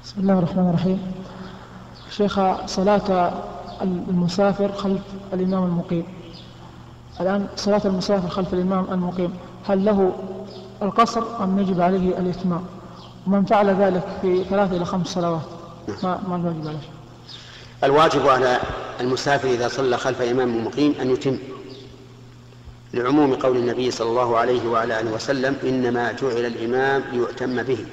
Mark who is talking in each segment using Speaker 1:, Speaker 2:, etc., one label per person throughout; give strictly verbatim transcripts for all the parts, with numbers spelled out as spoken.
Speaker 1: بسم الله الرحمن الرحيم. شيخ، صلاة المسافر خلف الإمام المقيم، الآن صلاة المسافر خلف الإمام المقيم هل له القصر أم يجب عليه الإتمام؟ ومن فعل ذلك في ثلاث إلى خمس صلوات ما, ما الواجب عليه؟
Speaker 2: الواجب على المسافر إذا صلى خلف إمام مقيم أن يتم، لعموم قول النبي صلى الله عليه وعلى آله وسلم: إنما جعل الإمام ليؤتم به.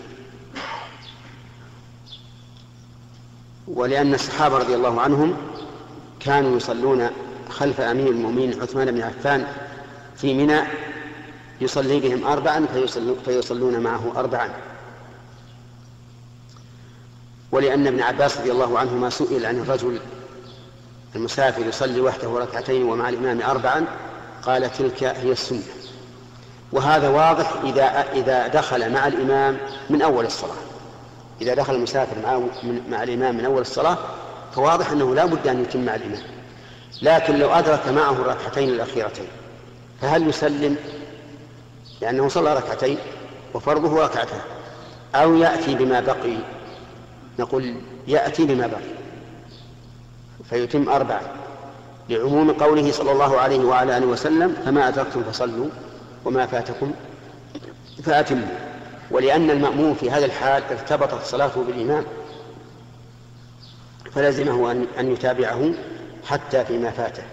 Speaker 2: ولأن الصحابة رضي الله عنهم كانوا يصلون خلف أمير المؤمنين عثمان بن عفان في منى، يصلي بهم أربعا فيصلون معه أربعا. ولأن ابن عباس رضي الله عنهما سئل عن الرجل المسافر يصلي وحده ركعتين ومع الإمام أربعا، قال: تلك هي السنة. وهذا واضح إذا إذا دخل مع الإمام من أول الصلاة. إذا دخل المسافر مع, مع الإمام من أول الصلاة فواضح أنه لا بد أن يتم مع الإمام. لكن لو أدرك معه الركعتين الأخيرتين فهل يسلم لأنه صلى ركعتين وفرضه ركعتين، أو يأتي بما بقي؟ نقول يأتي بما بقي فيتم أربعة، لعموم قوله صلى الله عليه وعلى آله وسلم: فما أدركتم فصلوا وما فاتكم فأتموا. ولأن المأموم في هذا الحال ارتبطت صلاته بالإمام فلزمه أن يتابعه حتى فيما فاته.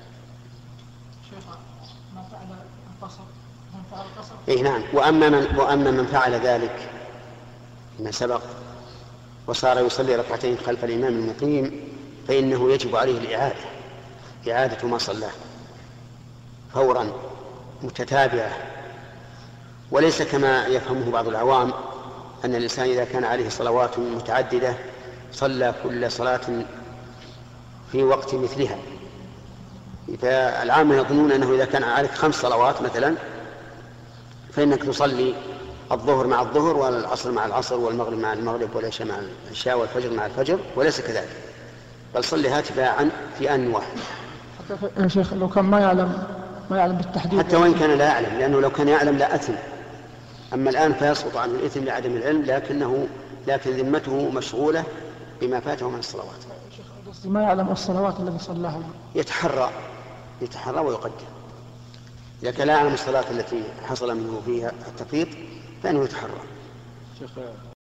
Speaker 2: إيه نعم. وأما من, وأما من فعل ذلك ما سبق وصار يصلي ركعتين خلف الإمام المقيم فإنه يجب عليه الإعادة إعادة ما صلاه فورا متتابعة، وليس كما يفهمه بعض العوام أن الإنسان إذا كان عليه صلوات متعددة صلى كل صلاة في وقت مثلها. فالعامة يظنون أنه إذا كان عليك خمس صلوات مثلا فإنك تصلي الظهر مع الظهر والعصر مع العصر والمغرب مع المغرب والعشاء مع العشاء والفجر مع الفجر، وليس كذلك، بل صليها تباعا في آن واحد.
Speaker 1: حتى يا شيخ لو كان ما يعلم ما يعلم بالتحديد،
Speaker 2: حتى وإن كان لا يعلم، لأنه لو كان يعلم لا أثم. أما الآن فيسقط عنه الإثم لعدم العلم، لكنه لكن ذمته مشغولة بما فاته من الصلوات.
Speaker 1: ما يعلم الصلوات التي صلاها
Speaker 2: يتحرى يتحرى ويقدم. إذا كان لا يعلم الصلاة التي حصل منه فيها التفريط فإنه يتحرى.